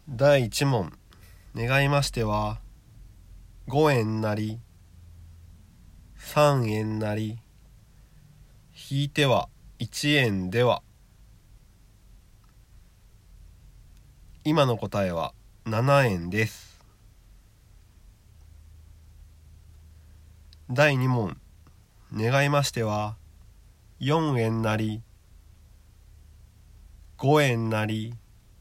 第1問。願いましては5円なり3円なり引いては1円では。今の答えは7円です。第2問。願いましては4円なり5円なり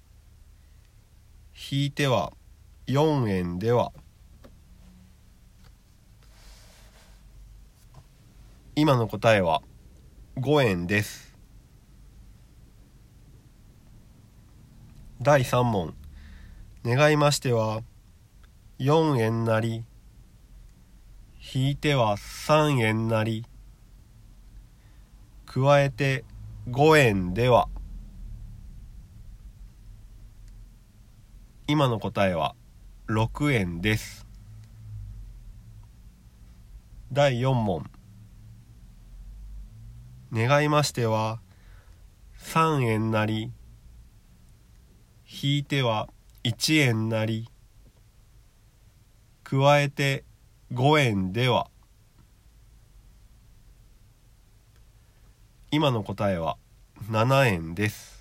引いては4円では。今の答えは5円です。第3問。願いましては4円なり引いては3円なり加えて5円では。今の答えは6円です。第4問。願いましては3円なり引いては1円なり加えて5円では。今の答えは7円です。